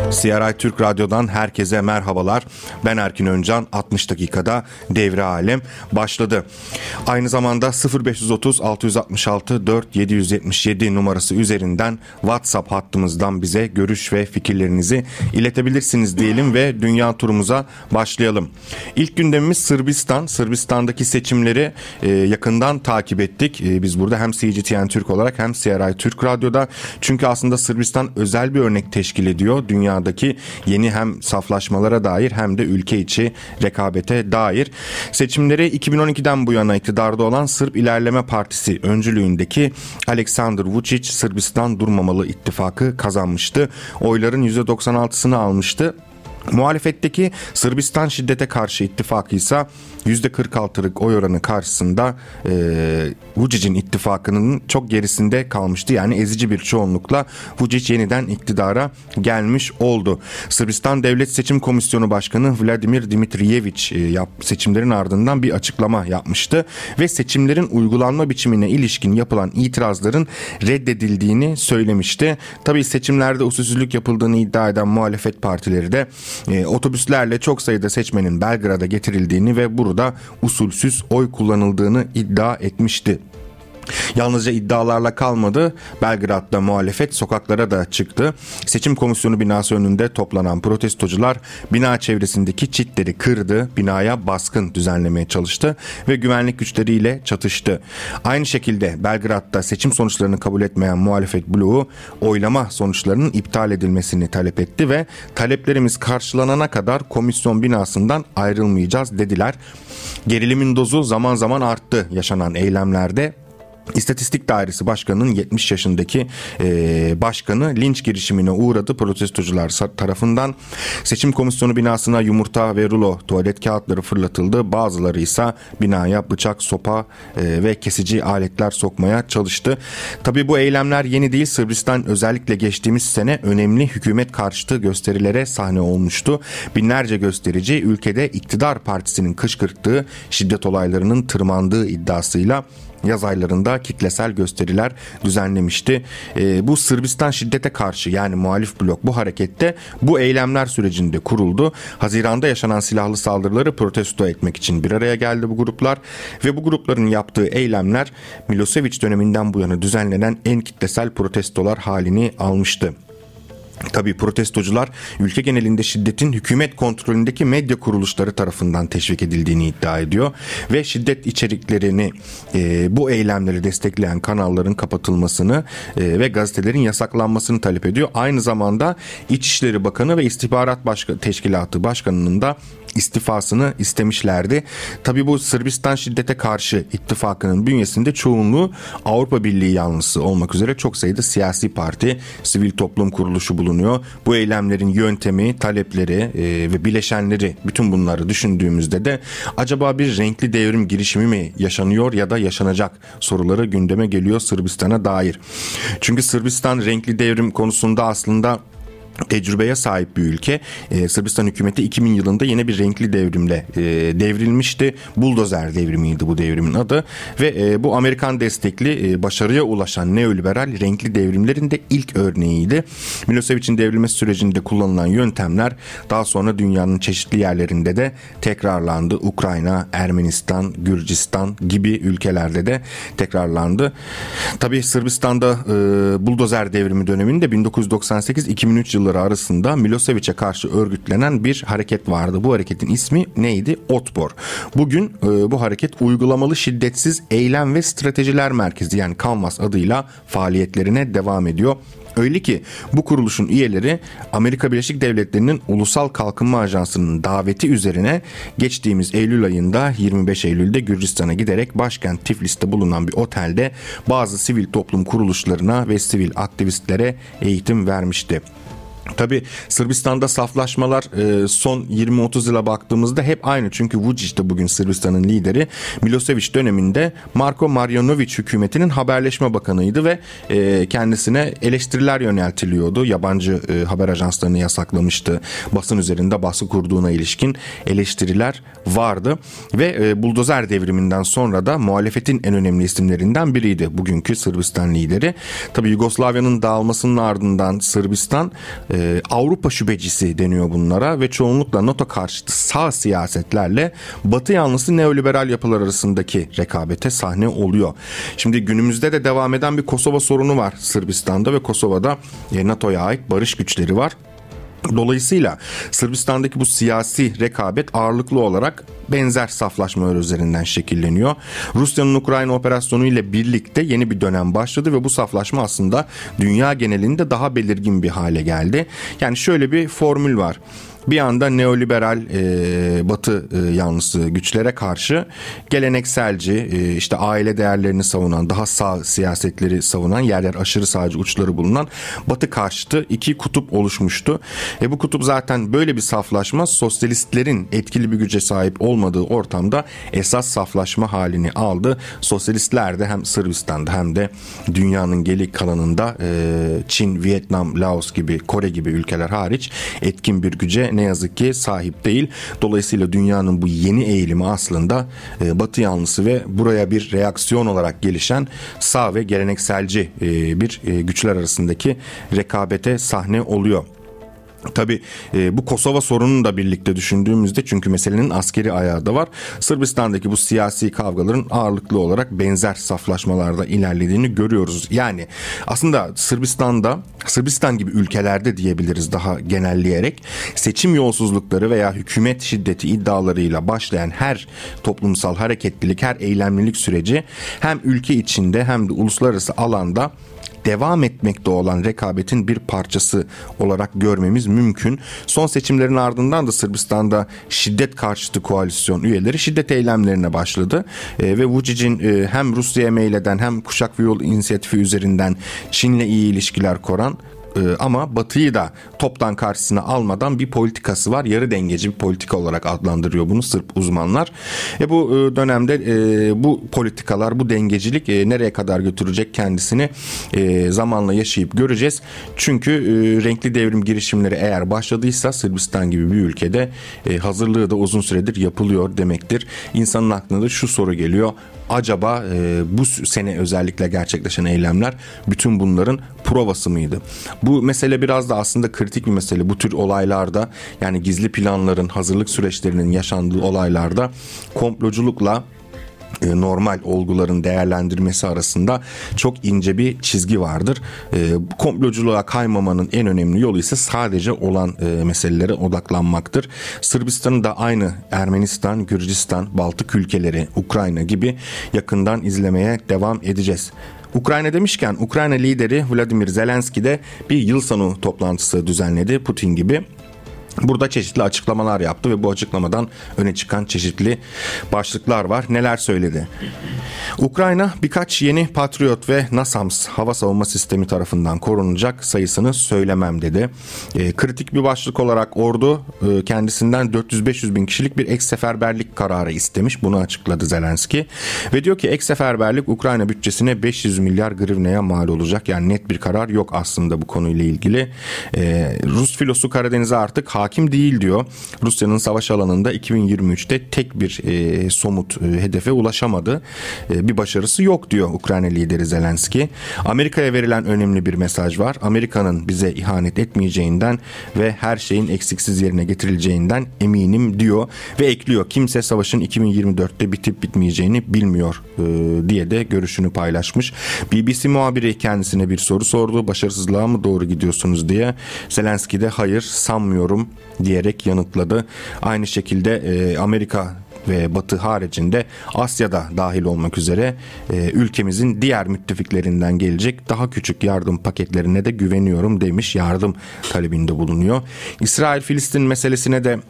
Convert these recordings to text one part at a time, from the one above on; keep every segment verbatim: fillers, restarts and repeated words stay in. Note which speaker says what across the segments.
Speaker 1: C R I Türk Radyo'dan herkese merhabalar. Ben Erkin Öncan. altmış dakikada Devre Alem başladı. Aynı zamanda sıfır beş otuz altı altı altı dört yedi yedi yedi numarası üzerinden WhatsApp hattımızdan bize görüş ve fikirlerinizi iletebilirsiniz diyelim ve dünya turumuza başlayalım. İlk gündemimiz Sırbistan. Sırbistan'daki seçimleri e, yakından takip ettik. E, biz burada hem C G T N Türk olarak hem C R I Türk Radyo'da. Çünkü aslında Sırbistan özel bir örnek teşkil ediyor. Dünyadaki yeni hem saflaşmalara dair hem de ülke içi rekabete dair. Seçimleri iki bin on ikiden bu yana iktidarda olan Sırp İlerleme Partisi öncülüğündeki Aleksandar Vučić Sırbistan Durmamalı ittifakı kazanmıştı. Oyların yüzde doksan altısını almıştı. Muhalefetteki Sırbistan Şiddete Karşı ittifakı ise yüzde kırk altılık oy oranı karşısında e, Vučić'in ittifakının çok gerisinde kalmıştı. Yani ezici bir çoğunlukla Vučić yeniden iktidara gelmiş oldu. Sırbistan Devlet Seçim Komisyonu Başkanı Vladimir Dimitrijević e, yap, seçimlerin ardından bir açıklama yapmıştı ve seçimlerin uygulanma biçimine ilişkin yapılan itirazların reddedildiğini söylemişti. Tabii seçimlerde usulsüzlük yapıldığını iddia eden muhalefet partileri de E, otobüslerle çok sayıda seçmenin Belgrad'a getirildiğini ve burada usulsüz oy kullanıldığını iddia etmişti. Yalnızca iddialarla kalmadı. Belgrad'da muhalefet sokaklara da çıktı. Seçim komisyonu binası önünde toplanan protestocular bina çevresindeki çitleri kırdı, binaya baskın düzenlemeye çalıştı ve güvenlik güçleriyle çatıştı. Aynı şekilde Belgrad'da seçim sonuçlarını kabul etmeyen muhalefet bloğu oylama sonuçlarının iptal edilmesini talep etti ve taleplerimiz karşılanana kadar komisyon binasından ayrılmayacağız dediler. Gerilimin dozu zaman zaman arttı yaşanan eylemlerde. İstatistik Dairesi Başkanı'nın yetmiş yaşındaki e, başkanı linç girişimine uğradı protestocular tarafından. Seçim komisyonu binasına yumurta ve rulo tuvalet kağıtları fırlatıldı. Bazıları ise binaya bıçak, sopa e, ve kesici aletler sokmaya çalıştı. Tabii bu eylemler yeni değil. Sırbistan özellikle geçtiğimiz sene önemli hükümet karşıtı gösterilere sahne olmuştu. Binlerce gösterici ülkede iktidar partisinin kışkırttığı şiddet olaylarının tırmandığı iddiasıyla yaz aylarında kitlesel gösteriler düzenlemişti. E, bu Sırbistan Şiddete Karşı yani muhalif blok bu harekette bu eylemler sürecinde kuruldu. Haziranda yaşanan silahlı saldırıları protesto etmek için bir araya geldi bu gruplar ve bu grupların yaptığı eylemler Milošević döneminden bu yana düzenlenen en kitlesel protestolar halini almıştı. Tabii protestocular ülke genelinde şiddetin hükümet kontrolündeki medya kuruluşları tarafından teşvik edildiğini iddia ediyor ve şiddet içeriklerini e, bu eylemleri destekleyen kanalların kapatılmasını e, ve gazetelerin yasaklanmasını talep ediyor. Aynı zamanda İçişleri Bakanı ve İstihbarat Başka- Teşkilatı Başkanı'nın da istifasını istemişlerdi. Tabii bu Sırbistan Şiddete Karşı ittifakının bünyesinde çoğunluğu Avrupa Birliği yanlısı olmak üzere çok sayıda siyasi parti, sivil toplum kuruluşu bulunuyor. Bu eylemlerin yöntemi, talepleri e, ve bileşenleri bütün bunları düşündüğümüzde de acaba bir renkli devrim girişimi mi yaşanıyor ya da yaşanacak soruları gündeme geliyor Sırbistan'a dair. Çünkü Sırbistan renkli devrim konusunda aslında tecrübeye sahip bir ülke. Ee, Sırbistan hükümeti iki bin yılında yine bir renkli devrimle e, devrilmişti. Buldozer devrimiydi bu devrimin adı ve e, bu Amerikan destekli e, başarıya ulaşan neoliberal renkli devrimlerin de ilk örneğiydi. Milošević'in devrilmesi sürecinde kullanılan yöntemler daha sonra dünyanın çeşitli yerlerinde de tekrarlandı. Ukrayna, Ermenistan, Gürcistan gibi ülkelerde de tekrarlandı. Tabii Sırbistan'da e, buldozer devrimi döneminde bin dokuz yüz doksan sekiz iki bin üç yılları arasında Milošević'e karşı örgütlenen bir hareket vardı. Bu hareketin ismi neydi? Otpor. Bugün e, bu hareket Uygulamalı Şiddetsiz Eylem ve Stratejiler Merkezi yani Canvas adıyla faaliyetlerine devam ediyor. Öyle ki bu kuruluşun üyeleri Amerika Birleşik Devletleri'nin Ulusal Kalkınma Ajansı'nın daveti üzerine geçtiğimiz Eylül ayında yirmi beş Eylül'de Gürcistan'a giderek başkent Tiflis'te bulunan bir otelde bazı sivil toplum kuruluşlarına ve sivil aktivistlere eğitim vermişti. Tabii Sırbistan'da saflaşmalar son yirmi otuz yıla baktığımızda hep aynı. Çünkü Vučić de bugün Sırbistan'ın lideri. Milošević döneminde Marko Marjanović hükümetinin haberleşme bakanıydı ve kendisine eleştiriler yöneltiliyordu. Yabancı haber ajanslarını yasaklamıştı. Basın üzerinde baskı kurduğuna ilişkin eleştiriler vardı. Ve buldozer devriminden sonra da muhalefetin en önemli isimlerinden biriydi bugünkü Sırbistan lideri. Tabii Yugoslavya'nın dağılmasının ardından Sırbistan e, Avrupa şüphecisi deniyor bunlara ve çoğunlukla NATO karşıtı sağ siyasetlerle Batı yanlısı neoliberal yapılar arasındaki rekabete sahne oluyor. Şimdi günümüzde de devam eden bir Kosova sorunu var Sırbistan'da ve Kosova'da e, NATO'ya ait barış güçleri var. Dolayısıyla Sırbistan'daki bu siyasi rekabet ağırlıklı olarak benzer saflaşmalar üzerinden şekilleniyor. Rusya'nın Ukrayna operasyonu ile birlikte yeni bir dönem başladı ve bu saflaşma aslında dünya genelinde daha belirgin bir hale geldi. Yani şöyle bir formül var. Bir yanda neoliberal e, Batı e, yanlısı güçlere karşı gelenekselci, e, işte aile değerlerini savunan, daha sağ siyasetleri savunan, yer yer aşırı sağcı uçları bulunan Batı karşıtı iki kutup oluşmuştu. E, bu kutup zaten böyle bir saflaşma sosyalistlerin etkili bir güce sahip olmadığı ortamda esas saflaşma halini aldı. Sosyalistler de hem Sırbistan'da hem de dünyanın geri kalanında e, Çin, Vietnam, Laos gibi, Kore gibi ülkeler hariç etkin bir güce ne yazık ki sahip değil. Dolayısıyla dünyanın bu yeni eğilimi aslında e, Batı yanlısı ve buraya bir reaksiyon olarak gelişen sağ ve gelenekselci e, bir e, güçler arasındaki rekabete sahne oluyor. Tabii e, bu Kosova sorununu da birlikte düşündüğümüzde, çünkü meselenin askeri ayağı da var. Sırbistan'daki bu siyasi kavgaların ağırlıklı olarak benzer saflaşmalarda ilerlediğini görüyoruz. Yani aslında Sırbistan'da, Sırbistan gibi ülkelerde diyebiliriz daha genelleyerek, seçim yolsuzlukları veya hükümet şiddeti iddialarıyla başlayan her toplumsal hareketlilik, her eylemlilik süreci hem ülke içinde hem de uluslararası alanda devam etmekte olan rekabetin bir parçası olarak görmemiz mümkün. Son seçimlerin ardından da Sırbistan'da şiddet karşıtı koalisyon üyeleri şiddet eylemlerine başladı. E, ve Vučić'in e, hem Rusya'ya meyleden hem Kuşak ve Yol inisiyatifi üzerinden Çin'le iyi ilişkiler kuran ama Batı'yı da toptan karşısına almadan bir politikası var. Yarı dengeci bir politika olarak adlandırıyor bunu Sırp uzmanlar. E bu dönemde e, bu politikalar, bu dengecilik e, nereye kadar götürecek kendisini e, zamanla yaşayıp göreceğiz. Çünkü e, renkli devrim girişimleri eğer başladıysa Sırbistan gibi bir ülkede e, hazırlığı da uzun süredir yapılıyor demektir. İnsanın aklına da şu soru geliyor. Acaba e, bu sene özellikle gerçekleşen eylemler bütün bunların provası mıydı? Bu mesele biraz da aslında kritik bir mesele. Bu tür olaylarda, yani gizli planların, hazırlık süreçlerinin yaşandığı olaylarda komploculukla normal olguların değerlendirmesi arasında çok ince bir çizgi vardır. E, komploculuğa kaymamanın en önemli yolu ise sadece olan e, meselelere odaklanmaktır. Sırbistan'ı da aynı Ermenistan, Gürcistan, Baltık ülkeleri, Ukrayna gibi yakından izlemeye devam edeceğiz. Ukrayna demişken, Ukrayna lideri Vladimir Zelenski de bir yıl sonu toplantısı düzenledi Putin gibi. Burada çeşitli açıklamalar yaptı ve bu açıklamadan öne çıkan çeşitli başlıklar var. Neler söyledi? Ukrayna birkaç yeni Patriot ve NASAMS hava savunma sistemi tarafından korunacak, sayısını söylemem dedi. E, kritik bir başlık olarak ordu e, kendisinden dört yüz beş yüz bin kişilik bir ek seferberlik kararı istemiş. Bunu açıkladı Zelenski. Ve diyor ki ek seferberlik Ukrayna bütçesine beş yüz milyar grivnaya mal olacak. Yani net bir karar yok aslında bu konuyla ilgili. E, Rus filosu Karadeniz'e artık hakim değil diyor. Rusya'nın savaş alanında iki bin yirmi üçte tek bir e, somut e, hedefe ulaşamadı. E, bir başarısı yok diyor Ukrayna lideri Zelenski. Amerika'ya verilen önemli bir mesaj var. Amerika'nın bize ihanet etmeyeceğinden ve her şeyin eksiksiz yerine getirileceğinden eminim diyor ve ekliyor. Kimse savaşın iki bin yirmi dörtte bitip bitmeyeceğini bilmiyor e, diye de görüşünü paylaşmış. B B C muhabiri kendisine bir soru sordu. Başarısızlığa mı doğru gidiyorsunuz diye. Zelenski de hayır sanmıyorum diyerek yanıtladı. Aynı şekilde e, Amerika ve Batı haricinde Asya'da dahil olmak üzere e, ülkemizin diğer müttefiklerinden gelecek daha küçük yardım paketlerine de güveniyorum demiş, yardım talebinde bulunuyor. İsrail-Filistin meselesine de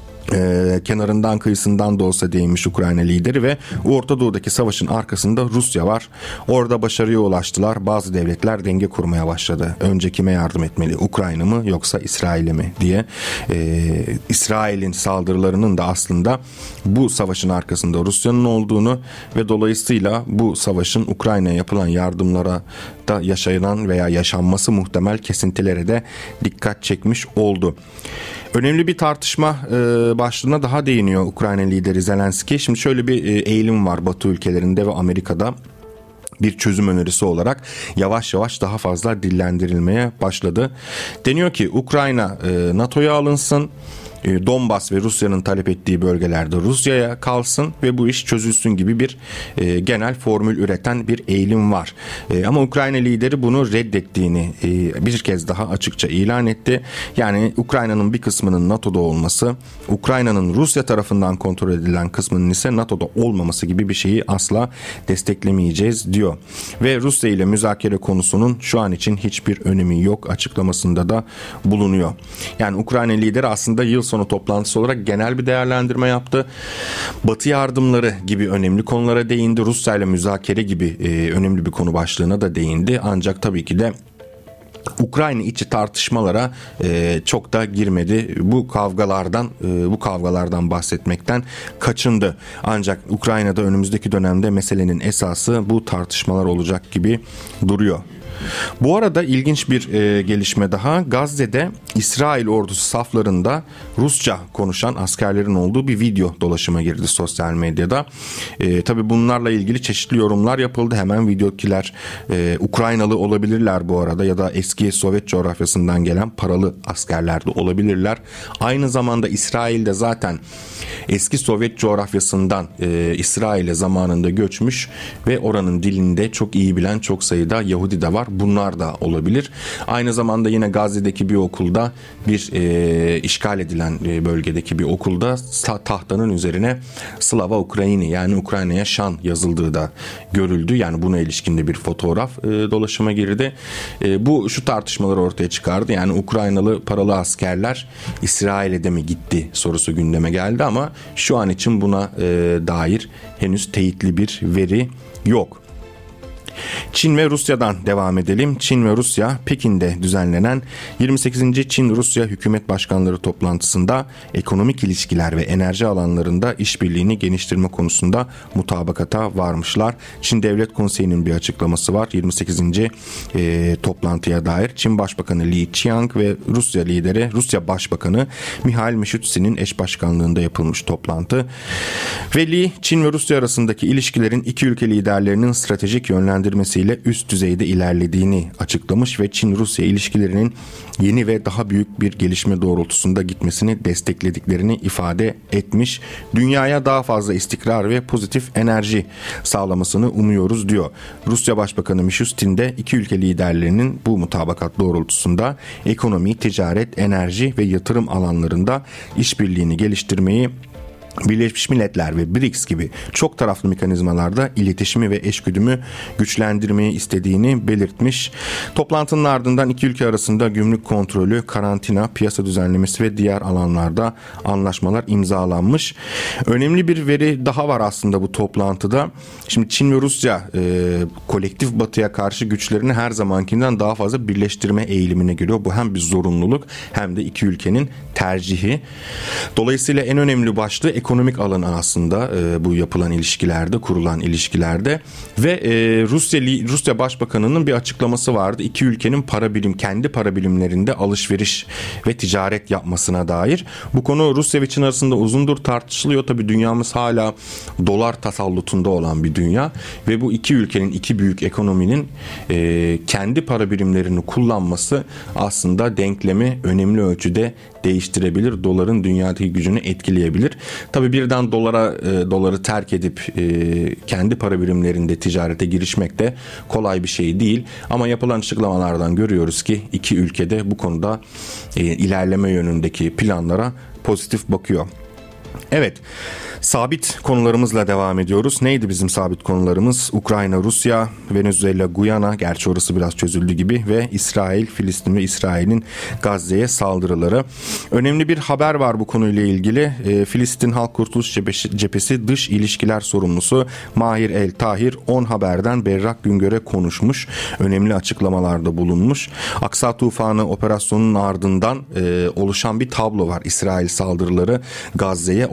Speaker 1: Ee, kenarından kıyısından da olsa değinmiş Ukrayna lideri ve Orta Doğu'daki savaşın arkasında Rusya var. Orada başarıya ulaştılar. Bazı devletler denge kurmaya başladı. Önce kime yardım etmeli? Ukrayna mı yoksa İsrail'e mi diye. Ee, İsrail'in saldırılarının da aslında bu savaşın arkasında Rusya'nın olduğunu ve dolayısıyla bu savaşın Ukrayna'ya yapılan yardımlara da yaşanan veya yaşanması muhtemel kesintilere de dikkat çekmiş oldu. Önemli bir tartışma e, başlığına daha değiniyor Ukrayna lideri Zelenski. Şimdi şöyle bir e, eğilim var Batı ülkelerinde ve Amerika'da. bir çözüm önerisi olarak yavaş yavaş daha fazla dillendirilmeye başladı. Deniyor ki Ukrayna NATO'ya alınsın, Donbas ve Rusya'nın talep ettiği bölgelerde Rusya'ya kalsın ve bu iş çözülsün gibi bir e, genel formül üreten bir eğilim var. E, ama Ukrayna lideri bunu reddettiğini e, bir kez daha açıkça ilan etti. Yani Ukrayna'nın bir kısmının NATO'da olması, Ukrayna'nın Rusya tarafından kontrol edilen kısmının ise NATO'da olmaması gibi bir şeyi asla desteklemeyeceğiz diyor. Ve Rusya ile müzakere konusunun şu an için hiçbir önemi yok açıklamasında da bulunuyor. Yani Ukrayna lideri aslında yıl sonu toplantısı olarak genel bir değerlendirme yaptı. Batı yardımları gibi önemli konulara değindi. Rusya ile müzakere gibi e, önemli bir konu başlığına da değindi. Ancak tabii ki de Ukrayna içi tartışmalara e, çok da girmedi. Bu kavgalardan e, bu kavgalardan bahsetmekten kaçındı. Ancak Ukrayna'da önümüzdeki dönemde meselenin esası bu tartışmalar olacak gibi duruyor. Bu arada ilginç bir e, gelişme daha. Gazze'de İsrail ordusu saflarında Rusça konuşan askerlerin olduğu bir video dolaşıma girdi sosyal medyada. E, tabii bunlarla ilgili çeşitli yorumlar yapıldı. Hemen videokiler e, Ukraynalı olabilirler bu arada ya da eski Sovyet coğrafyasından gelen paralı askerler de olabilirler. Aynı zamanda İsrail'de zaten eski Sovyet coğrafyasından e, İsrail'e zamanında göçmüş ve oranın dilinde çok iyi bilen çok sayıda Yahudi de var. Bunlar da olabilir. Aynı zamanda yine Gazze'deki bir okulda bir e, işgal edilen e, bölgedeki bir okulda tahtanın üzerine Slava Ukraini yani Ukrayna'ya şan yazıldığı da görüldü. Yani buna ilişkin de bir fotoğraf e, dolaşıma girdi. E, bu şu tartışmaları ortaya çıkardı. Yani Ukraynalı paralı askerler İsrail'e de mi gitti sorusu gündeme geldi ama şu an için buna e, dair henüz teyitli bir veri yok. Çin ve Rusya'dan devam edelim. Çin ve Rusya Pekin'de düzenlenen yirmi sekizinci Çin-Rusya Hükümet Başkanları toplantısında ekonomik ilişkiler ve enerji alanlarında işbirliğini geliştirme konusunda mutabakata varmışlar. Çin Devlet Konseyi'nin bir açıklaması var. yirmi sekizinci E, toplantıya dair Çin Başbakanı Li Qiang ve Rusya lideri Rusya Başbakanı Mihail Mishustin'in eş başkanlığında yapılmış toplantı. Ve Li, Çin ve Rusya arasındaki ilişkilerin iki ülke liderlerinin stratejik yönlendirmesiyle üst düzeyde ilerlediğini açıklamış ve Çin-Rusya ilişkilerinin yeni ve daha büyük bir gelişme doğrultusunda gitmesini desteklediklerini ifade etmiş. Dünyaya daha fazla istikrar ve pozitif enerji sağlamasını umuyoruz diyor. Rusya Başbakanı Mishustin de iki ülke liderlerinin bu mutabakat doğrultusunda ekonomi, ticaret, enerji ve yatırım alanlarında işbirliğini geliştirmeyi, Birleşmiş Milletler ve B R I C S gibi çok taraflı mekanizmalarda iletişimi ve eşgüdümü güçlendirmeyi istediğini belirtmiş. Toplantının ardından iki ülke arasında gümrük kontrolü, karantina, piyasa düzenlemesi ve diğer alanlarda anlaşmalar imzalanmış. Önemli bir veri daha var aslında bu toplantıda. Şimdi Çin ve Rusya e, kolektif batıya karşı güçlerini her zamankinden daha fazla birleştirme eğilimine giriyor. Bu hem bir zorunluluk hem de iki ülkenin tercihi. Dolayısıyla en önemli başlığı ekonomik alan aslında e, bu yapılan ilişkilerde, kurulan ilişkilerde ve e, Rusya Rusya Başbakanı'nın bir açıklaması vardı. İki ülkenin para birim kendi para birimlerinde alışveriş ve ticaret yapmasına dair. Bu konu Rusya ve Çin arasında uzundur tartışılıyor. Tabii dünyamız hala dolar tasallutunda olan bir dünya ve bu iki ülkenin, iki büyük ekonominin e, kendi para birimlerini kullanması aslında denklemi önemli ölçüde değiştirebilir. Doların dünyadaki gücünü etkileyebilir. Tabii birden dolara e, doları terk edip e, kendi para birimlerinde ticarete girişmek de kolay bir şey değil. Ama yapılan açıklamalardan görüyoruz ki iki ülkede bu konuda e, ilerleme yönündeki planlara pozitif bakıyor. Evet, sabit konularımızla devam ediyoruz. Neydi bizim sabit konularımız? Ukrayna, Rusya, Venezuela, Guyana, gerçi orası biraz çözüldü gibi ve İsrail, Filistin ve İsrail'in Gazze'ye saldırıları. Önemli bir haber var bu konuyla ilgili. E, Filistin Halk Kurtuluş Cephesi Dış İlişkiler Sorumlusu Mahir El Tahir on Haber'den Berrak Güngör'e konuşmuş. Önemli açıklamalarda bulunmuş. Aksa Tufanı operasyonunun ardından e, oluşan bir tablo var. İsrail saldırıları Gazze'ye.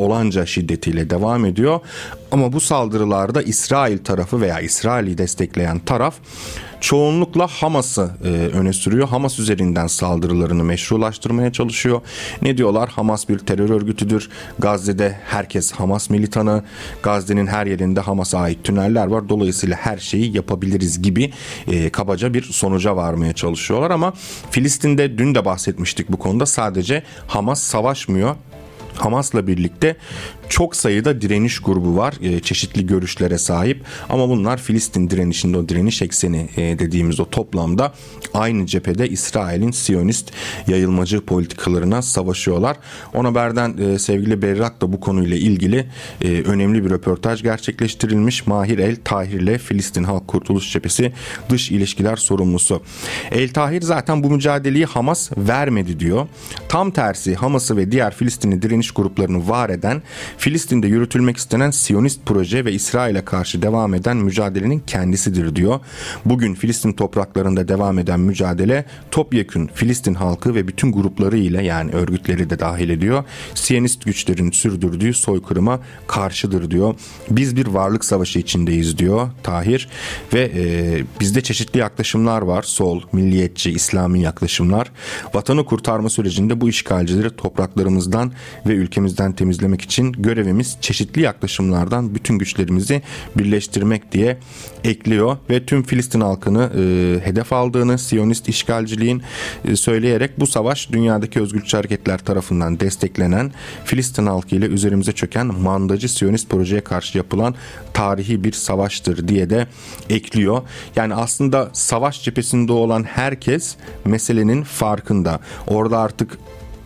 Speaker 1: olanca şiddetiyle devam ediyor. Ama bu saldırılarda İsrail tarafı veya İsrail'i destekleyen taraf çoğunlukla Hamas'ı e, öne sürüyor. Hamas üzerinden saldırılarını meşrulaştırmaya çalışıyor. Ne diyorlar? Hamas bir terör örgütüdür. Gazze'de herkes Hamas militanı. Gazze'nin her yerinde Hamas'a ait tüneller var. Dolayısıyla her şeyi yapabiliriz gibi e, kabaca bir sonuca varmaya çalışıyorlar. Ama Filistin'de dün de bahsetmiştik bu konuda. Sadece Hamas savaşmıyor. Hamas'la birlikte çok sayıda direniş grubu var. E, çeşitli görüşlere sahip. Ama bunlar Filistin direnişinde o direniş ekseni e, dediğimiz o toplamda aynı cephede İsrail'in Siyonist yayılmacı politikalarına savaşıyorlar. On Haber'den e, sevgili Berrak da bu konuyla ilgili e, önemli bir röportaj gerçekleştirilmiş. Mahir El Tahir ile Filistin Halk Kurtuluş Cephesi dış ilişkiler sorumlusu. El Tahir zaten bu mücadeleyi Hamas vermedi diyor. Tam tersi Hamas'ı ve diğer Filistinli direniş gruplarını var eden, Filistin'de yürütülmek istenen Siyonist proje ve İsrail'e karşı devam eden mücadelenin kendisidir diyor. Bugün Filistin topraklarında devam eden mücadele topyekün Filistin halkı ve bütün grupları ile, yani örgütleri de dahil ediyor, Siyonist güçlerin sürdürdüğü soykırıma karşıdır diyor. Biz bir varlık savaşı içindeyiz diyor Tahir ve e, bizde çeşitli yaklaşımlar var. Sol, milliyetçi, İslami yaklaşımlar. Vatanı kurtarma sürecinde bu işgalcileri topraklarımızdan ve ülkemizden temizlemek için görevimiz çeşitli yaklaşımlardan bütün güçlerimizi birleştirmek diye ekliyor ve tüm Filistin halkını e, hedef aldığını Siyonist işgalciliğin e, söyleyerek bu savaş dünyadaki özgürlükçü hareketler tarafından desteklenen Filistin halkı ile üzerimize çöken mandacı Siyonist projeye karşı yapılan tarihi bir savaştır diye de ekliyor. Yani aslında savaş cephesinde olan herkes meselenin farkında. Orada artık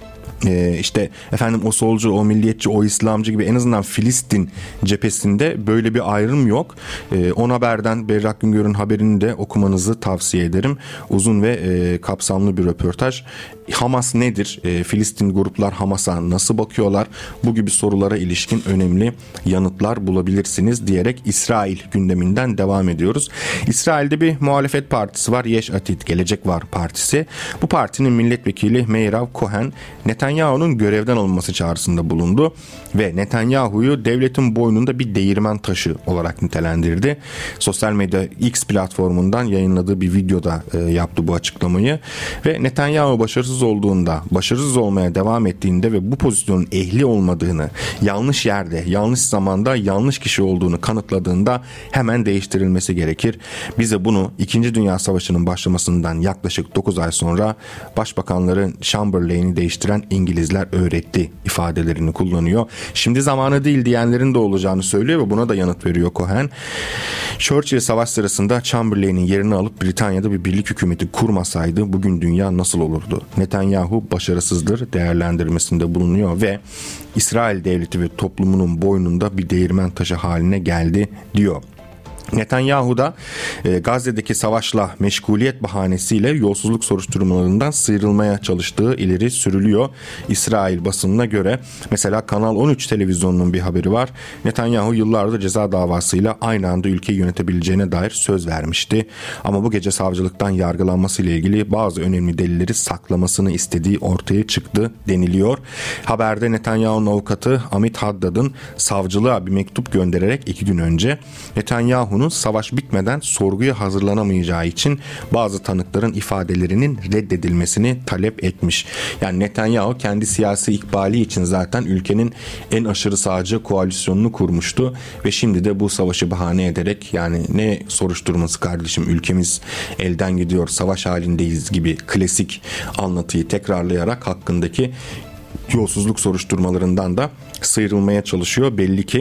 Speaker 1: Ee, işte efendim o solcu, o milliyetçi, o İslamcı gibi en azından Filistin cephesinde böyle bir ayrım yok. Ee, On Haber'den Berrak Güngör'ün haberini de okumanızı tavsiye ederim. Uzun ve e, kapsamlı bir röportaj. Hamas nedir? E, Filistin gruplar Hamas'a nasıl bakıyorlar? Bu gibi sorulara ilişkin önemli yanıtlar bulabilirsiniz diyerek İsrail gündeminden devam ediyoruz. İsrail'de bir muhalefet partisi var. Yeş Atid, Gelecek Var Partisi. Bu partinin milletvekili Meirav Cohen, Netanyahu'nun görevden alınması çağrısında bulundu ve Netanyahu'yu devletin boynunda bir değirmen taşı olarak nitelendirdi. Sosyal medya X platformundan yayınladığı bir videoda e, yaptı bu açıklamayı ve Netanyahu başarısız olduğunda, başarısız olmaya devam ettiğinde ve bu pozisyonun ehli olmadığını, yanlış yerde, yanlış zamanda, yanlış kişi olduğunu kanıtladığında hemen değiştirilmesi gerekir. Bize bunu İkinci Dünya Savaşı'nın başlamasından yaklaşık dokuz ay sonra Başbakanların Chamberlain'i değiştiren İngilizler öğretti ifadelerini kullanıyor. Şimdi zamanı değil diyenlerin de olacağını söylüyor ve buna da yanıt veriyor Cohen. Churchill savaş sırasında Chamberlain'in yerini alıp Britanya'da bir birlik hükümeti kurmasaydı bugün dünya nasıl olurdu? Netanyahu başarısızdır değerlendirmesinde bulunuyor ve İsrail devleti ve toplumunun boynunda bir değirmen taşı haline geldi diyor. Netanyahu da e, Gazze'deki savaşla meşguliyet bahanesiyle yolsuzluk soruşturmalarından sıyrılmaya çalıştığı ileri sürülüyor İsrail basınına göre. Mesela Kanal on üç televizyonunun bir haberi var. Netanyahu yıllardır ceza davasıyla aynı anda ülkeyi yönetebileceğine dair söz vermişti. Ama bu gece savcılıktan yargılanmasıyla ilgili bazı önemli delilleri saklamasını istediği ortaya çıktı deniliyor. Haberde Netanyahu'nun avukatı Amit Haddad'ın savcılığa bir mektup göndererek iki gün önce Netanyahu savaş bitmeden sorguya hazırlanamayacağı için bazı tanıkların ifadelerinin reddedilmesini talep etmiş. Yani Netanyahu kendi siyasi ikbali için zaten ülkenin en aşırı sağcı koalisyonunu kurmuştu ve şimdi de bu savaşı bahane ederek, yani ne soruşturması kardeşim, ülkemiz elden gidiyor, savaş halindeyiz gibi klasik anlatıyı tekrarlayarak hakkındaki yolsuzluk soruşturmalarından da sıyrılmaya çalışıyor belli ki.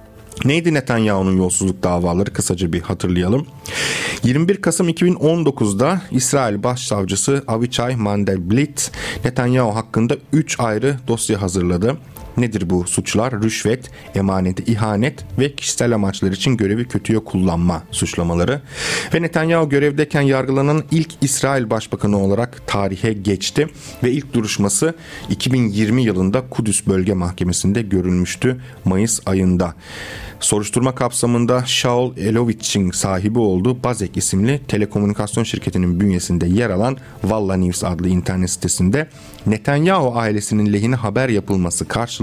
Speaker 1: Neydi Netanyahu'nun yolsuzluk davaları? Kısaca bir hatırlayalım. yirmi bir Kasım iki bin on dokuzda İsrail Başsavcısı Avichai Mandelblit Netanyahu hakkında üç ayrı dosya hazırladı. Nedir bu suçlar? Rüşvet, emanete ihanet ve kişisel amaçlar için görevi kötüye kullanma suçlamaları. Ve Netanyahu görevdeyken yargılanan ilk İsrail Başbakanı olarak tarihe geçti ve ilk duruşması iki bin yirmi yılında Kudüs Bölge Mahkemesi'nde görülmüştü Mayıs ayında. Soruşturma kapsamında Shaul Elovich'in sahibi olduğu Bazek isimli telekomünikasyon şirketinin bünyesinde yer alan Valla News adlı internet sitesinde Netanyahu ailesinin lehine haber yapılması karşılığında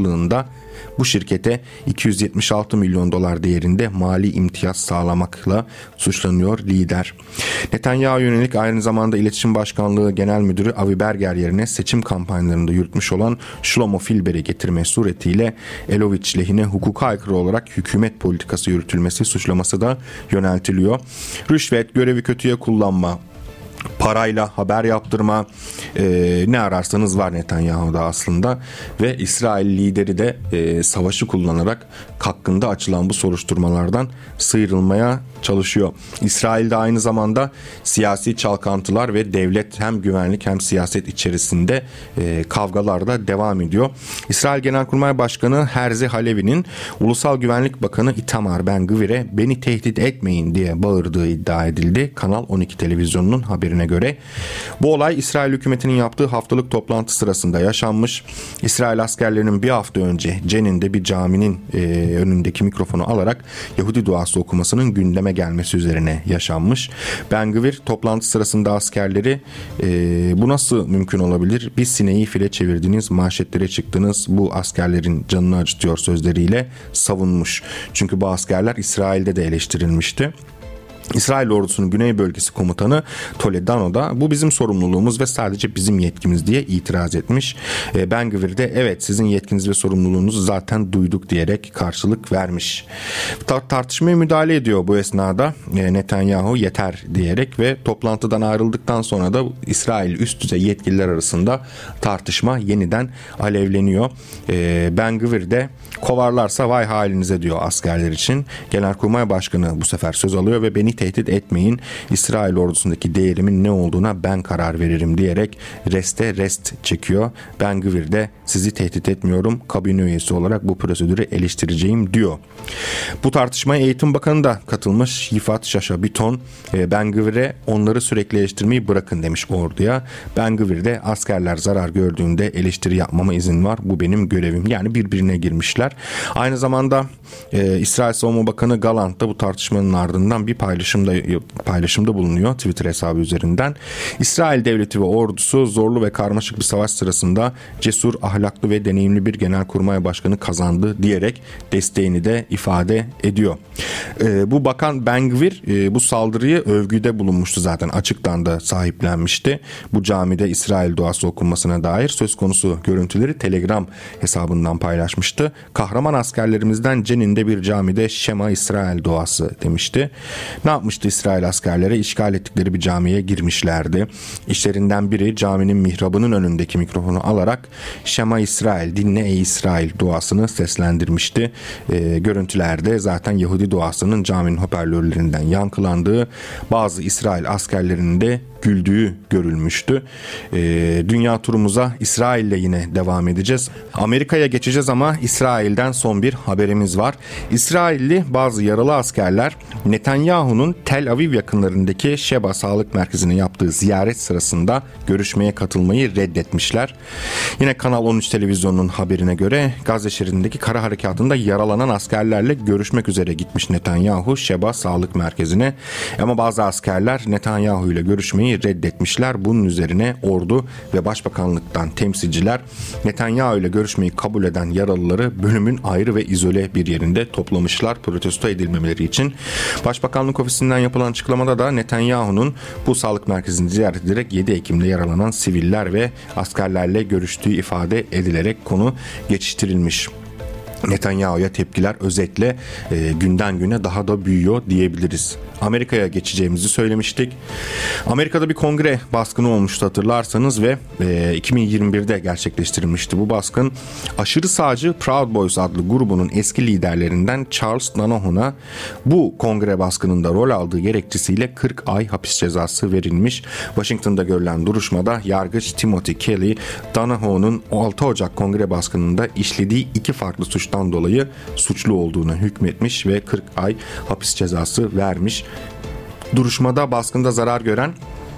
Speaker 1: karşılığında bu şirkete iki yüz yetmiş altı milyon dolar değerinde mali imtiyaz sağlamakla suçlanıyor lider. Netanyahu yönelik aynı zamanda İletişim Başkanlığı Genel Müdürü Avi Berger yerine seçim kampanyalarında yürütmüş olan Shlomo Filber'i getirme suretiyle Elovitch lehine hukuka aykırı olarak hükümet politikası yürütülmesi suçlaması da yöneltiliyor. Rüşvet, görevi kötüye kullanma, parayla haber yaptırma, e, ne ararsanız var Netanyahu'da aslında ve İsrail lideri de e, savaşı kullanarak hakkında açılan bu soruşturmalardan sıyrılmaya çalışıyor. İsrail'de aynı zamanda siyasi çalkantılar ve devlet hem güvenlik hem siyaset içerisinde e, kavgalar da devam ediyor. İsrail Genelkurmay Başkanı Herzi Halevi'nin Ulusal Güvenlik Bakanı Itamar Ben-Gvir'e beni tehdit etmeyin diye bağırdığı iddia edildi. Kanal on iki televizyonunun haberine göre. Bu olay İsrail hükümetinin yaptığı haftalık toplantı sırasında yaşanmış. İsrail askerlerinin bir hafta önce Cenin'de bir caminin e, önündeki mikrofonu alarak Yahudi duası okumasının gündeme gelmesi üzerine yaşanmış. Ben-Gvir toplantı sırasında askerleri e, bu nasıl mümkün olabilir? Bir sineği file çevirdiniz, manşetlere çıktınız, bu askerlerin canını acıtıyor sözleriyle savunmuş. Çünkü bu askerler İsrail'de de eleştirilmişti. İsrail ordusunun Güney Bölgesi Komutanı Toledano da bu bizim sorumluluğumuz ve sadece bizim yetkimiz diye itiraz etmiş. Ben-Gvir de evet sizin yetkiniz ve sorumluluğunuzu zaten duyduk diyerek karşılık vermiş. Tar- tartışmaya müdahale ediyor bu esnada Netanyahu yeter diyerek ve toplantıdan ayrıldıktan sonra da İsrail üst düzey yetkililer arasında tartışma yeniden alevleniyor. Ben-Gvir de kovarlarsa vay halinize diyor askerler için. Genelkurmay Başkanı bu sefer söz alıyor ve beni tehdit etmeyin, İsrail ordusundaki değerimin ne olduğuna ben karar veririm diyerek reste rest çekiyor. Ben-Gvir de sizi tehdit etmiyorum, kabine üyesi olarak bu prosedürü eleştireceğim diyor. Bu tartışmaya Eğitim Bakanı da katılmış. Yifat Şaşa Biton Ben-Gvir'e onları sürekli eleştirmeyi bırakın demiş orduya. Ben-Gvir de askerler zarar gördüğünde eleştiri yapmama izin var, bu benim görevim. Yani birbirine girmişler. Aynı zamanda e, İsrail Savunma Bakanı Gallant da bu tartışmanın ardından bir paylaşımda paylaşımda bulunuyor Twitter hesabı üzerinden. İsrail devleti ve ordusu zorlu ve karmaşık bir savaş sırasında cesur, ahlaklı ve deneyimli bir genelkurmay başkanı kazandı diyerek desteğini de ifade ediyor. E, bu bakan Ben-Gvir e, bu saldırıyı övgüde bulunmuştu zaten. Açıktan da sahiplenmişti. Bu camide İsrail duası okunmasına dair söz konusu görüntüleri Telegram hesabından paylaşmıştı. Kahraman askerlerimizden Cenin'de bir camide Şema İsrail duası demişti. Ne yapmıştı İsrail askerleri? İşgal ettikleri bir camiye girmişlerdi. İşlerinden biri caminin mihrabının önündeki mikrofonu alarak Şema İsrail, dinle ey İsrail duasını seslendirmişti. E, görüntülerde zaten Yahudi duasının caminin hoparlörlerinden yankılandığı, bazı İsrail askerlerinin de güldüğü görülmüştü. E, dünya turumuza İsrail'le yine devam edeceğiz. Amerika'ya geçeceğiz ama İsrail'den son bir haberimiz var. İsrailli bazı yaralı askerler Netanyahu'nun Tel Aviv yakınlarındaki Sheba Sağlık Merkezi'ne yaptığı ziyaret sırasında görüşmeye katılmayı reddetmişler. Yine Kanal on üç televizyonunun haberine göre Gazze şeridindeki kara harekatında yaralanan askerlerle görüşmek üzere gitmiş Netanyahu Sheba Sağlık Merkezi'ne. Ama bazı askerler Netanyahu ile görüşmeyi reddetmişler. Bunun üzerine ordu ve başbakanlıktan temsilciler Netanyahu ile görüşmeyi kabul eden yaralıları bölümün ayrı ve izole bir yerinde toplamışlar protesto edilmemeleri için. Başbakanlık ofisinden yapılan açıklamada da Netanyahu'nun bu sağlık merkezini ziyaret ederek yedi Ekim'de yaralanan siviller ve askerlerle görüştüğü ifade edilerek konu geçiştirilmiş. Netanyahu'ya tepkiler özetle e, günden güne daha da büyüyor diyebiliriz. Amerika'ya geçeceğimizi söylemiştik. Amerika'da bir kongre baskını olmuştu hatırlarsanız ve e, iki bin yirmi birde gerçekleştirilmişti bu baskın. Aşırı sağcı Proud Boys adlı grubunun eski liderlerinden Charles Danaho'na bu kongre baskınında rol aldığı gerekçesiyle kırk ay hapis cezası verilmiş. Washington'da görülen duruşmada yargıç Timothy Kelly, Danaho'nun altı Ocak kongre baskınında işlediği iki farklı suçtan dolayı suçlu olduğunu hükmetmiş ve kırk ay hapis cezası vermiş. Duruşmada baskında zarar gören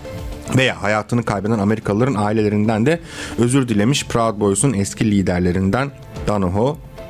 Speaker 1: veya hayatını kaybeden Amerikalıların ailelerinden de özür dilemiş. Proud Boys'un eski liderlerinden Danaho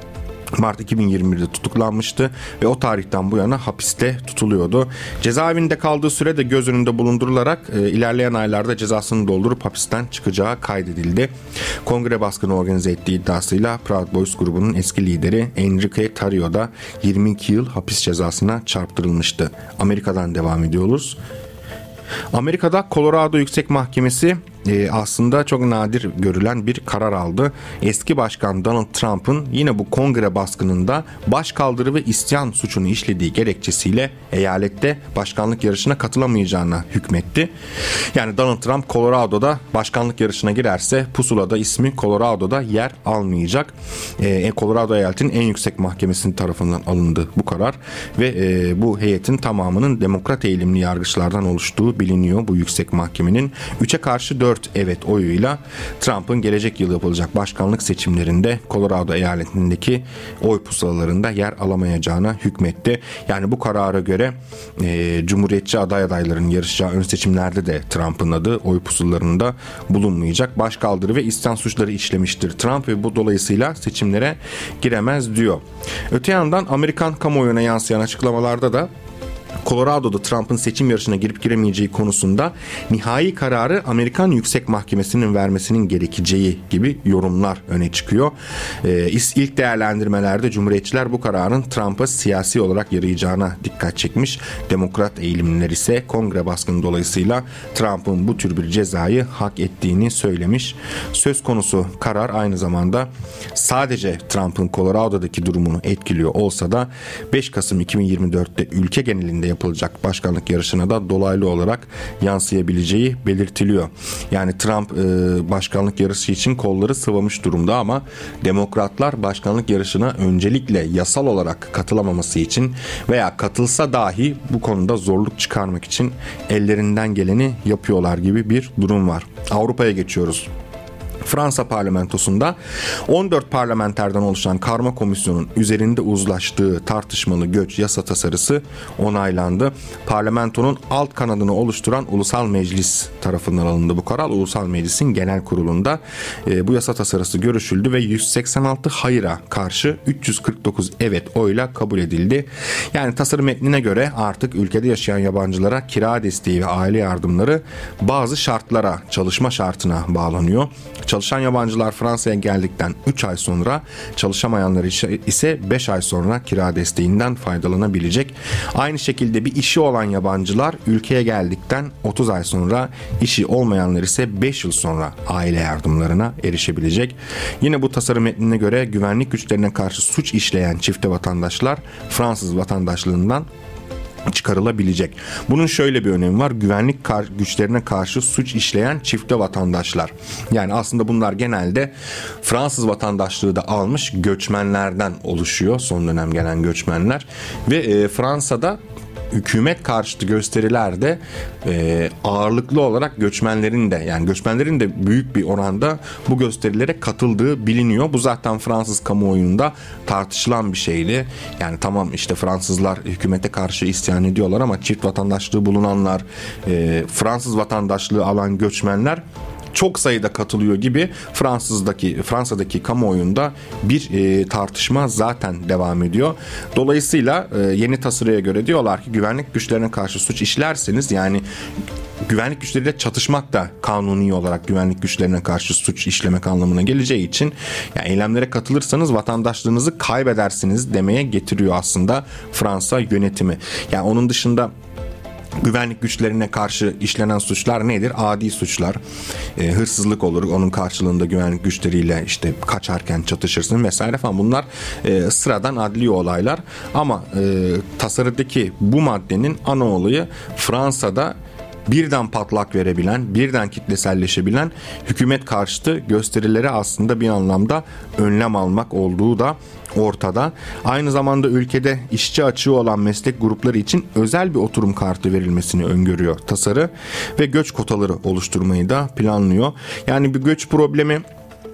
Speaker 1: Mart iki bin yirmi birde tutuklanmıştı ve o tarihten bu yana hapiste tutuluyordu. Cezaevinde kaldığı süre de göz önünde bulundurularak e, ilerleyen aylarda cezasını doldurup hapisten çıkacağı kaydedildi. Kongre baskını organize ettiği iddiasıyla Proud Boys grubunun eski lideri Enrique Tarrio da yirmi iki yıl hapis cezasına çarptırılmıştı. Amerika'dan devam ediyoruz. Amerika'da Colorado Yüksek Mahkemesi e, aslında çok nadir görülen bir karar aldı. Eski başkan Donald Trump'ın yine bu kongre baskınında başkaldırı ve isyan suçunu işlediği gerekçesiyle eyalette başkanlık yarışına katılamayacağına hükmetti. Yani Donald Trump Colorado'da başkanlık yarışına girerse pusulada ismi Colorado'da yer almayacak. E, Colorado eyaletinin en yüksek mahkemesinin tarafından alındı bu karar ve e, bu heyetin tamamının demokrat eğilimli yargıçlardan oluştuğu biliniyor bu yüksek mahkemenin. üçe karşı dört evet oyuyla Trump'ın gelecek yıl yapılacak başkanlık seçimlerinde Colorado eyaletindeki oy pusulalarında yer alamayacağına hükmetti. Yani bu karara göre e, Cumhuriyetçi aday adaylarının yarışacağı ön seçimlerde de Trump'ın adı oy pusulalarında bulunmayacak. Başkaldırı ve isyan suçları işlemiştir Trump ve bu dolayısıyla seçimlere giremez diyor. Öte yandan Amerikan kamuoyuna yansıyan açıklamalarda da Colorado'da Trump'ın seçim yarışına girip giremeyeceği konusunda nihai kararı Amerikan Yüksek Mahkemesi'nin vermesinin gerekeceği gibi yorumlar öne çıkıyor. Ee, ilk değerlendirmelerde Cumhuriyetçiler bu kararın Trump'a siyasi olarak yarayacağına dikkat çekmiş. Demokrat eğilimliler ise kongre baskını dolayısıyla Trump'ın bu tür bir cezayı hak ettiğini söylemiş. Söz konusu karar aynı zamanda sadece Trump'ın Colorado'daki durumunu etkiliyor olsa da beş Kasım iki bin yirmi dörtte ülke genelinde yapılacak başkanlık yarışına da dolaylı olarak yansıyabileceği belirtiliyor. Yani Trump e, başkanlık yarışı için kolları sıvamış durumda ama demokratlar başkanlık yarışına öncelikle yasal olarak katılamaması için veya katılsa dahi bu konuda zorluk çıkarmak için ellerinden geleni yapıyorlar gibi bir durum var. Avrupa'ya geçiyoruz. Fransa parlamentosunda on dört parlamenterden oluşan karma komisyonun üzerinde uzlaştığı tartışmalı göç yasa tasarısı onaylandı. Parlamentonun alt kanadını oluşturan Ulusal Meclis tarafından alındı bu karar. Ulusal Meclis'in genel kurulunda e, bu yasa tasarısı görüşüldü ve yüz seksen altı hayıra karşı üç yüz kırk dokuz evet oyla kabul edildi. Yani tasarı metnine göre artık ülkede yaşayan yabancılara kira desteği ve aile yardımları bazı şartlara, çalışma şartına bağlanıyor. Çalışan yabancılar Fransa'ya geldikten üç ay sonra, çalışamayanlar ise beş ay sonra kira desteğinden faydalanabilecek. Aynı şekilde bir işi olan yabancılar ülkeye geldikten otuz ay sonra, işi olmayanlar ise beş yıl sonra aile yardımlarına erişebilecek. Yine bu tasarım metnine göre güvenlik güçlerine karşı suç işleyen çifte vatandaşlar Fransız vatandaşlığından çıkarılabilecek. Bunun şöyle bir önemi var. Güvenlik kar- güçlerine karşı suç işleyen çifte vatandaşlar. Yani aslında bunlar genelde Fransız vatandaşlığı da almış göçmenlerden oluşuyor. Son dönem gelen göçmenler. Ve e, Fransa'da hükümet karşıtı gösterilerde e, ağırlıklı olarak göçmenlerin de yani göçmenlerin de büyük bir oranda bu gösterilere katıldığı biliniyor. Bu zaten Fransız kamuoyunda tartışılan bir şeydi. Yani tamam işte Fransızlar hükümete karşı isyan ediyorlar ama çift vatandaşlığı bulunanlar, e, Fransız vatandaşlığı alan göçmenler çok sayıda katılıyor gibi Fransız'daki Fransa'daki kamuoyunda bir e, tartışma zaten devam ediyor. Dolayısıyla e, yeni tasarıya göre diyorlar ki güvenlik güçlerine karşı suç işlerseniz, yani güvenlik güçleriyle çatışmak da kanuni olarak güvenlik güçlerine karşı suç işlemek anlamına geleceği için yani eylemlere katılırsanız vatandaşlığınızı kaybedersiniz demeye getiriyor aslında Fransa yönetimi. Yani onun dışında güvenlik güçlerine karşı işlenen suçlar nedir? Adi suçlar. E, hırsızlık olur. Onun karşılığında güvenlik güçleriyle işte kaçarken çatışırsın vesaire falan. Bunlar e, sıradan adli olaylar. Ama e, tasarıdaki bu maddenin ana olayı Fransa'da birden patlak verebilen, birden kitleselleşebilen hükümet karşıtı gösterilere aslında bir anlamda önlem almak olduğu da ortada. Aynı zamanda ülkede işçi açığı olan meslek grupları için özel bir oturum kartı verilmesini öngörüyor tasarı ve göç kotaları oluşturmayı da planlıyor. Yani bir göç problemi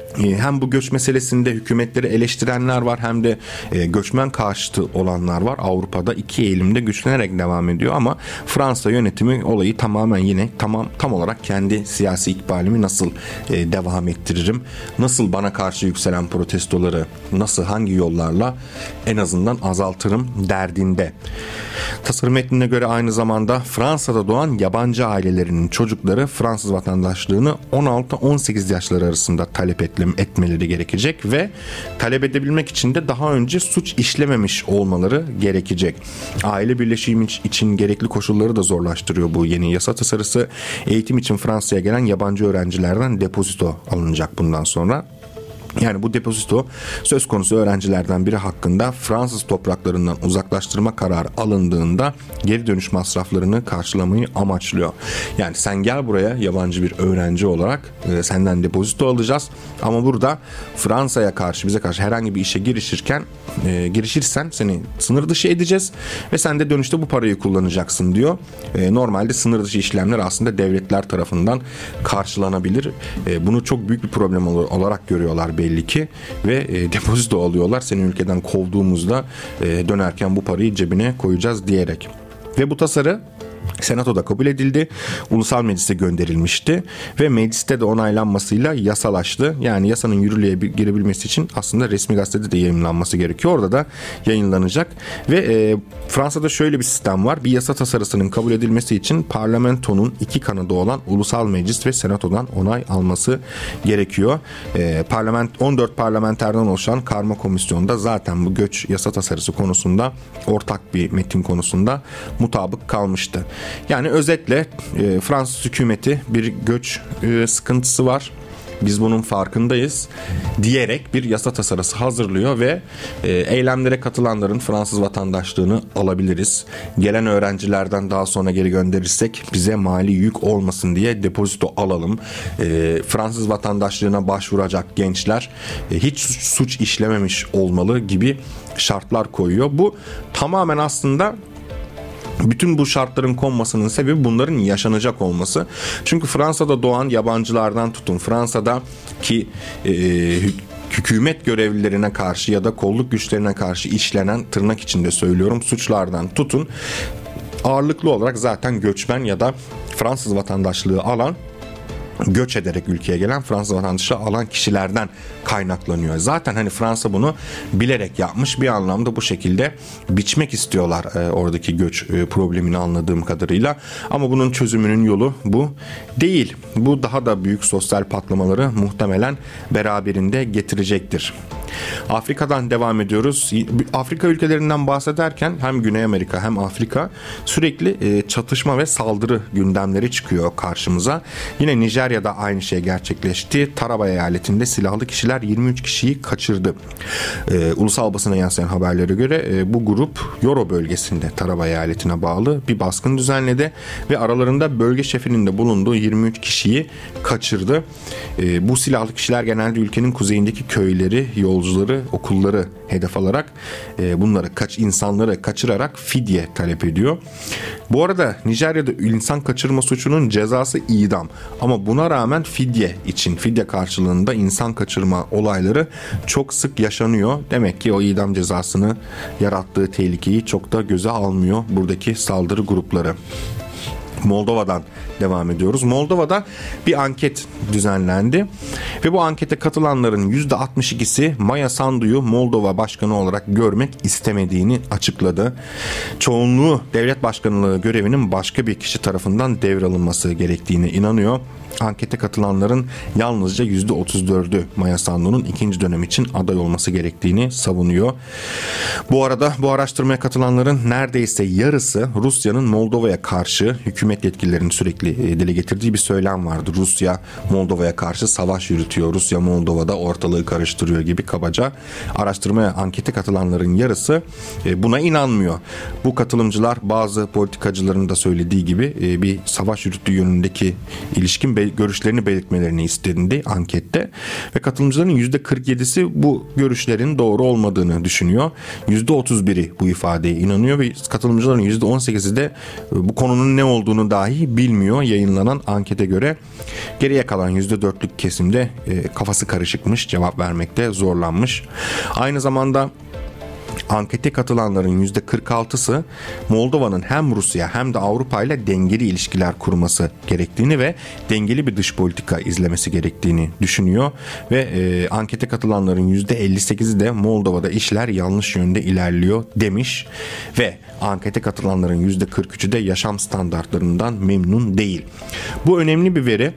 Speaker 1: Hem bu göç meselesinde hükümetleri eleştirenler var, hem de göçmen karşıtı olanlar var. Avrupa'da iki eğilimde güçlenerek devam ediyor ama Fransa yönetimi olayı tamamen yine tamam tam olarak kendi siyasi ikbalimi nasıl devam ettiririm, nasıl bana karşı yükselen protestoları nasıl, hangi yollarla en azından azaltırım derdinde. Tasarım metnine göre aynı zamanda Fransa'da doğan yabancı ailelerinin çocukları Fransız vatandaşlığını on altı on sekiz yaşları arasında talep etmeleri gerekecek ve talep edebilmek için de daha önce suç işlememiş olmaları gerekecek. Aile birleşimi için gerekli koşulları da zorlaştırıyor bu yeni yasa tasarısı. Eğitim için Fransa'ya gelen yabancı öğrencilerden depozito alınacak bundan sonra. Yani bu depozito söz konusu öğrencilerden biri hakkında Fransız topraklarından uzaklaştırma kararı alındığında geri dönüş masraflarını karşılamayı amaçlıyor. Yani sen gel buraya yabancı bir öğrenci olarak, e, senden depozito alacağız ama burada Fransa'ya karşı, bize karşı herhangi bir işe girişirken e, girişirsen seni sınır dışı edeceğiz ve sen de dönüşte bu parayı kullanacaksın diyor. E, normalde sınır dışı işlemler aslında devletler tarafından karşılanabilir. E, bunu çok büyük bir problem olarak görüyorlar belli ki ve e, depozito alıyorlar. Seni ülkeden kovduğumuzda e, dönerken bu parayı cebine koyacağız diyerek. Ve bu tasarı Senato'da kabul edildi. Ulusal Meclis'e gönderilmişti ve mecliste de onaylanmasıyla yasalaştı. Yani yasanın yürürlüğe girebilmesi için aslında resmi gazetede de yayınlanması gerekiyor. Orada da yayınlanacak ve e, Fransa'da şöyle bir sistem var. Bir yasa tasarısının kabul edilmesi için parlamentonun iki kanadı olan Ulusal Meclis ve Senato'dan onay alması gerekiyor. E, parlament on dört parlamenterden oluşan karma komisyonda zaten bu göç yasa tasarısı konusunda ortak bir metin konusunda mutabık kalmıştı. Yani özetle e, Fransız hükümeti bir göç e, sıkıntısı var, biz bunun farkındayız diyerek bir yasa tasarısı hazırlıyor ve e, eylemlere katılanların Fransız vatandaşlığını alabiliriz. Gelen öğrencilerden daha sonra geri gönderirsek bize mali yük olmasın diye depozito alalım. E, Fransız vatandaşlığına başvuracak gençler e, hiç suç, suç işlememiş olmalı gibi şartlar koyuyor. Bu tamamen aslında bütün bu şartların konmasının sebebi bunların yaşanacak olması. Çünkü Fransa'da doğan yabancılardan tutun, Fransa'daki e, hükümet görevlilerine karşı ya da kolluk güçlerine karşı işlenen, tırnak içinde söylüyorum, suçlardan tutun, ağırlıklı olarak zaten göçmen ya da Fransız vatandaşlığı alan, göç ederek ülkeye gelen Fransız vatandaşı alan kişilerden kaynaklanıyor. Zaten hani Fransa bunu bilerek yapmış, bir anlamda bu şekilde biçmek istiyorlar e, oradaki göç e, problemini anladığım kadarıyla. Ama bunun çözümünün yolu bu değil. Bu daha da büyük sosyal patlamaları muhtemelen beraberinde getirecektir. Afrika'dan devam ediyoruz. Afrika ülkelerinden bahsederken hem Güney Amerika hem Afrika sürekli çatışma ve saldırı gündemleri çıkıyor karşımıza. Yine Nijerya'da aynı şey gerçekleşti. Taraba eyaletinde silahlı kişiler yirmi üç kişiyi kaçırdı. Ulusal basına yansıyan haberlere göre bu grup Yoro bölgesinde, Taraba eyaletine bağlı bir baskın düzenledi ve aralarında bölge şefinin de bulunduğu yirmi üç kişiyi kaçırdı. Bu silahlı kişiler genelde ülkenin kuzeyindeki köyleri, yolcuları, okulları hedef alarak e, bunları kaç insanları kaçırarak fidye talep ediyor. Bu arada Nijerya'da insan kaçırma suçunun cezası idam. Ama buna rağmen fidye için, fidye karşılığında insan kaçırma olayları çok sık yaşanıyor. Demek ki o idam cezasını yarattığı tehlikeyi çok da göze almıyor buradaki saldırı grupları. Moldova'dan devam ediyoruz. Moldova'da bir anket düzenlendi ve bu ankete katılanların yüzde altmış ikisi Maya Sandu'yu Moldova Başkanı olarak görmek istemediğini açıkladı. Çoğunluğu devlet başkanlığı görevinin başka bir kişi tarafından devralınması gerektiğine inanıyor. Ankete katılanların yalnızca yüzde otuz dördü Maya Sandu'nun ikinci dönem için aday olması gerektiğini savunuyor. Bu arada bu araştırmaya katılanların neredeyse yarısı Rusya'nın Moldova'ya karşı, hükümet yetkililerinin sürekli dile getirdiği bir söylem vardı. Rusya Moldova'ya karşı savaş yürütüyor, Rusya Moldova'da ortalığı karıştırıyor gibi kabaca. Araştırmaya, ankete katılanların yarısı buna inanmıyor. Bu katılımcılar bazı politikacıların da söylediği gibi bir savaş yürüttüğü yönündeki ilişkin görüşlerini belirtmelerini istendi ankette ve katılımcıların yüzde kırk yedisi bu görüşlerin doğru olmadığını düşünüyor. yüzde otuz biri bu ifadeye inanıyor ve katılımcıların yüzde on sekizi de bu konunun ne olduğunu olduğunu dahi bilmiyor yayınlanan ankete göre. Geriye kalan yüzde dörtlük kesimde e, kafası karışıkmış, cevap vermekte zorlanmış. Aynı zamanda ankete katılanların yüzde kırk altısı Moldova'nın hem Rusya hem de Avrupa ile dengeli ilişkiler kurması gerektiğini ve dengeli bir dış politika izlemesi gerektiğini düşünüyor. Ve e, ankete katılanların yüzde elli sekizi de Moldova'da işler yanlış yönde ilerliyor demiş. Ve ankete katılanların yüzde kırk üçü de yaşam standartlarından memnun değil. Bu önemli bir veri.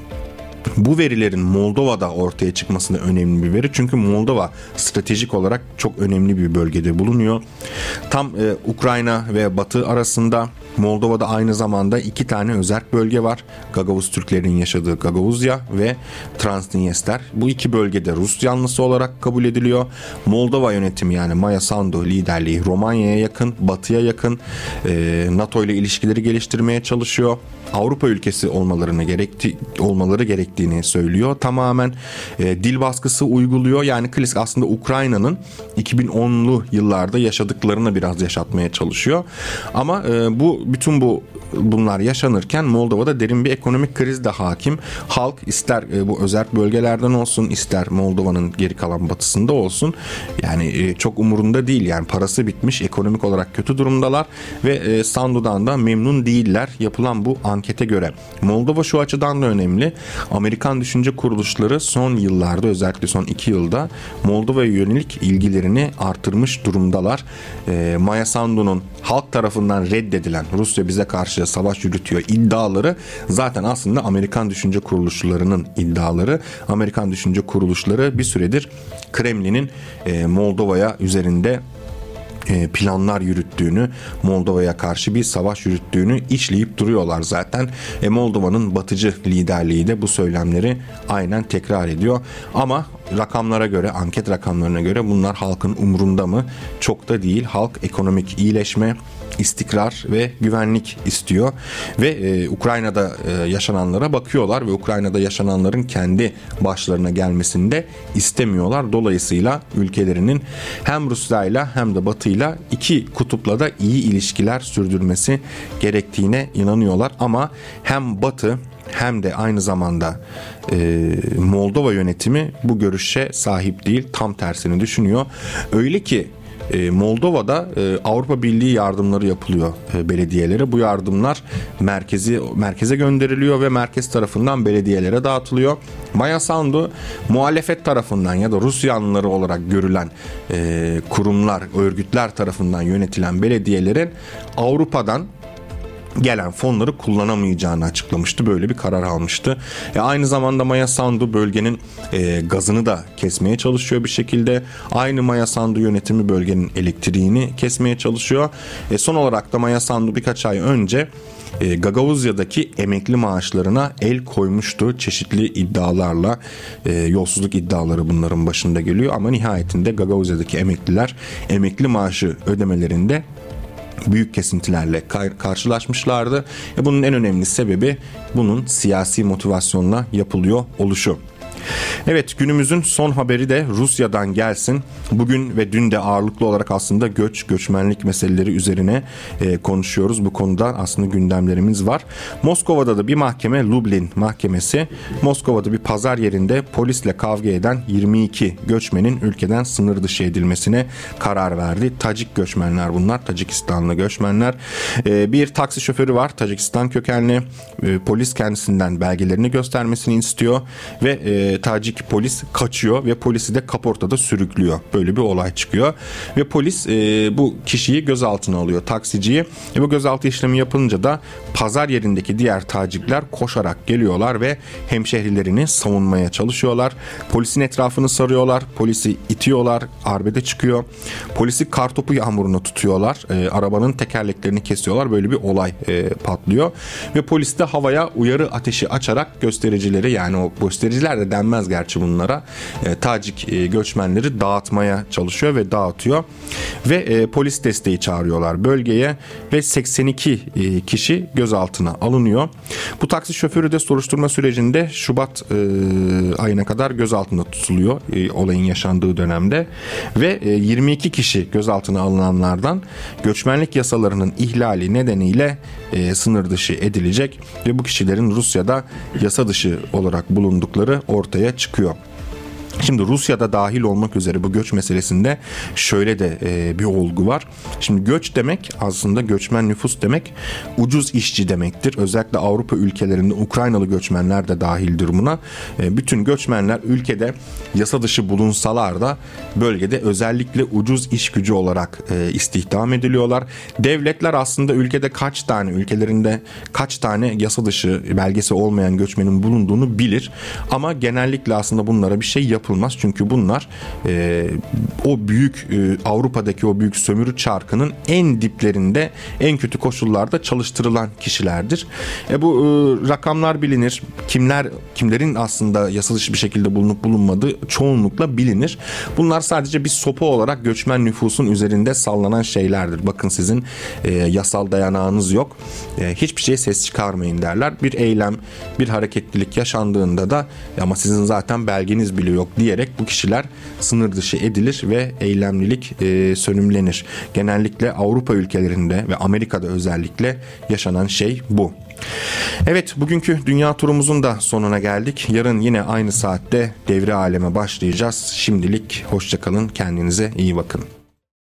Speaker 1: Bu verilerin Moldova'da ortaya çıkması da önemli bir veri. Çünkü Moldova stratejik olarak çok önemli bir bölgede bulunuyor. Tam e, Ukrayna ve Batı arasında Moldova'da aynı zamanda iki tane özerk bölge var. Gagavuz Türklerin yaşadığı Gagavuzya ve Transnistria. Bu iki bölgede Rus yanlısı olarak kabul ediliyor. Moldova yönetimi yani Maya Sandu liderliği Romanya'ya yakın, Batı'ya yakın, e, NATO ile ilişkileri geliştirmeye çalışıyor. Avrupa ülkesi olmalarını gerekti olmaları gerektiğini söylüyor. Tamamen e, dil baskısı uyguluyor. Yani klasik aslında Ukrayna'nın iki bin onlu yıllarda yaşadıklarını biraz yaşatmaya çalışıyor. Ama e, bu bütün bu bunlar yaşanırken Moldova'da derin bir ekonomik kriz de hakim. Halk ister e, bu özerk bölgelerden olsun, ister Moldova'nın geri kalan batısında olsun. Yani e, çok umurunda değil. Yani parası bitmiş, ekonomik olarak kötü durumdalar ve e, Sandu'dan da memnun değiller. Yapılan bu ankete göre. Moldova şu açıdan da önemli. Amerikan düşünce kuruluşları son yıllarda, özellikle son iki yılda Moldova'ya yönelik ilgilerini artırmış durumdalar. E, Maya Sandu'nun halk tarafından reddedilen Rusya bize karşı savaş yürütüyor iddiaları zaten aslında Amerikan düşünce kuruluşlarının iddiaları. Amerikan düşünce kuruluşları bir süredir Kremlin'in e, Moldova'ya üzerinde planlar yürüttüğünü, Moldova'ya karşı bir savaş yürüttüğünü içleyip duruyorlar zaten. E Moldova'nın batıcı liderliği de bu söylemleri aynen tekrar ediyor. Ama rakamlara göre, anket rakamlarına göre bunlar halkın umurunda mı? Çok da değil. Halk ekonomik iyileşme, istikrar ve güvenlik istiyor ve e, Ukrayna'da e, yaşananlara bakıyorlar ve Ukrayna'da yaşananların kendi başlarına gelmesini de istemiyorlar. Dolayısıyla ülkelerinin hem Rusya'yla hem de Batı'yla iki kutupla da iyi ilişkiler sürdürmesi gerektiğine inanıyorlar. Ama hem Batı hem de aynı zamanda e, Moldova yönetimi bu görüşe sahip değil. Tam tersini düşünüyor. Öyle ki Moldova'da Avrupa Birliği yardımları yapılıyor belediyelere. Bu yardımlar merkezi merkeze gönderiliyor ve merkez tarafından belediyelere dağıtılıyor. Maya Sandu muhalefet tarafından ya da Rus yanlıları olarak görülen kurumlar, örgütler tarafından yönetilen belediyelerin Avrupa'dan gelen fonları kullanamayacağını açıklamıştı. Böyle bir karar almıştı. E aynı zamanda Maya Sandu bölgenin e, gazını da kesmeye çalışıyor bir şekilde. Aynı Maya Sandu yönetimi bölgenin elektriğini kesmeye çalışıyor. E son olarak da Maya Sandu birkaç ay önce e, Gagavuzya'daki emekli maaşlarına el koymuştu. Çeşitli iddialarla, e, yolsuzluk iddiaları bunların başında geliyor. Ama nihayetinde Gagavuzya'daki emekliler emekli maaşı ödemelerinde büyük kesintilerle karşılaşmışlardı. E bunun en önemli sebebi bunun siyasi motivasyonla yapılıyor oluşu. Evet, günümüzün son haberi de Rusya'dan gelsin. Bugün ve dün de ağırlıklı olarak aslında göç, göçmenlik meseleleri üzerine e, konuşuyoruz. Bu konuda aslında gündemlerimiz var. Moskova'da da bir mahkeme, Lublin Mahkemesi, Moskova'da bir pazar yerinde polisle kavga eden yirmi iki göçmenin ülkeden sınır dışı edilmesine karar verdi. Tacik göçmenler bunlar, Tacikistanlı göçmenler. E, bir taksi şoförü var, Tacikistan kökenli. E, polis kendisinden belgelerini göstermesini istiyor ve e, Tacik polis kaçıyor ve polisi de kaportada sürüklüyor. Böyle bir olay çıkıyor ve polis e, bu kişiyi gözaltına alıyor, taksiciyi. E, bu gözaltı işlemi yapılınca da pazar yerindeki diğer Tacikler koşarak geliyorlar ve hemşehrilerini savunmaya çalışıyorlar. Polisin etrafını sarıyorlar, polisi itiyorlar, arbede çıkıyor. Polisi kartopu yağmuruna tutuyorlar, e, arabanın tekerleklerini kesiyorlar. Böyle bir olay e, patlıyor ve polis de havaya uyarı ateşi açarak göstericileri, yani o göstericiler de denmez gerçi bunlara. E, Tacik e, göçmenleri dağıtmaya çalışıyor ve dağıtıyor. Ve e, polis desteği çağırıyorlar bölgeye ve seksen iki e, kişi gözaltına alınıyor. Bu taksi şoförü de soruşturma sürecinde Şubat e, ayına kadar gözaltında tutuluyor e, olayın yaşandığı dönemde ve e, yirmi iki kişi gözaltına alınanlardan göçmenlik yasalarının ihlali nedeniyle e, sınır dışı edilecek ve bu kişilerin Rusya'da yasa dışı olarak bulundukları ortaya çıkıyor. Şimdi Rusya'da dahil olmak üzere bu göç meselesinde şöyle de e, bir olgu var. Şimdi göç demek aslında göçmen nüfus demek ucuz işçi demektir. Özellikle Avrupa ülkelerinde Ukraynalı göçmenler de dahildir buna. E, bütün göçmenler ülkede yasa dışı bulunsalar da bölgede özellikle ucuz iş gücü olarak e, istihdam ediliyorlar. Devletler aslında ülkede kaç tane ülkelerinde kaç tane yasa dışı belgesi olmayan göçmenin bulunduğunu bilir. Ama genellikle aslında bunlara bir şey yapılmıyor. Çünkü bunlar e, o büyük e, Avrupa'daki o büyük sömürü çarkının en diplerinde en kötü koşullarda çalıştırılan kişilerdir. E, bu e, rakamlar bilinir. Kimler kimlerin aslında yasa dışı bir şekilde bulunup bulunmadığı çoğunlukla bilinir. Bunlar sadece bir sopa olarak göçmen nüfusun üzerinde sallanan şeylerdir. Bakın sizin e, yasal dayanağınız yok. E, hiçbir şeye ses çıkarmayın derler. Bir eylem, bir hareketlilik yaşandığında da ama sizin zaten belgeniz bile yok diyerek bu kişiler sınır dışı edilir ve eylemlilik e, sönümlenir. Genellikle Avrupa ülkelerinde ve Amerika'da özellikle yaşanan şey bu. Evet, bugünkü dünya turumuzun da sonuna geldik. Yarın yine aynı saatte Devri Alem'e başlayacağız. Şimdilik hoşça kalın, kendinize iyi bakın.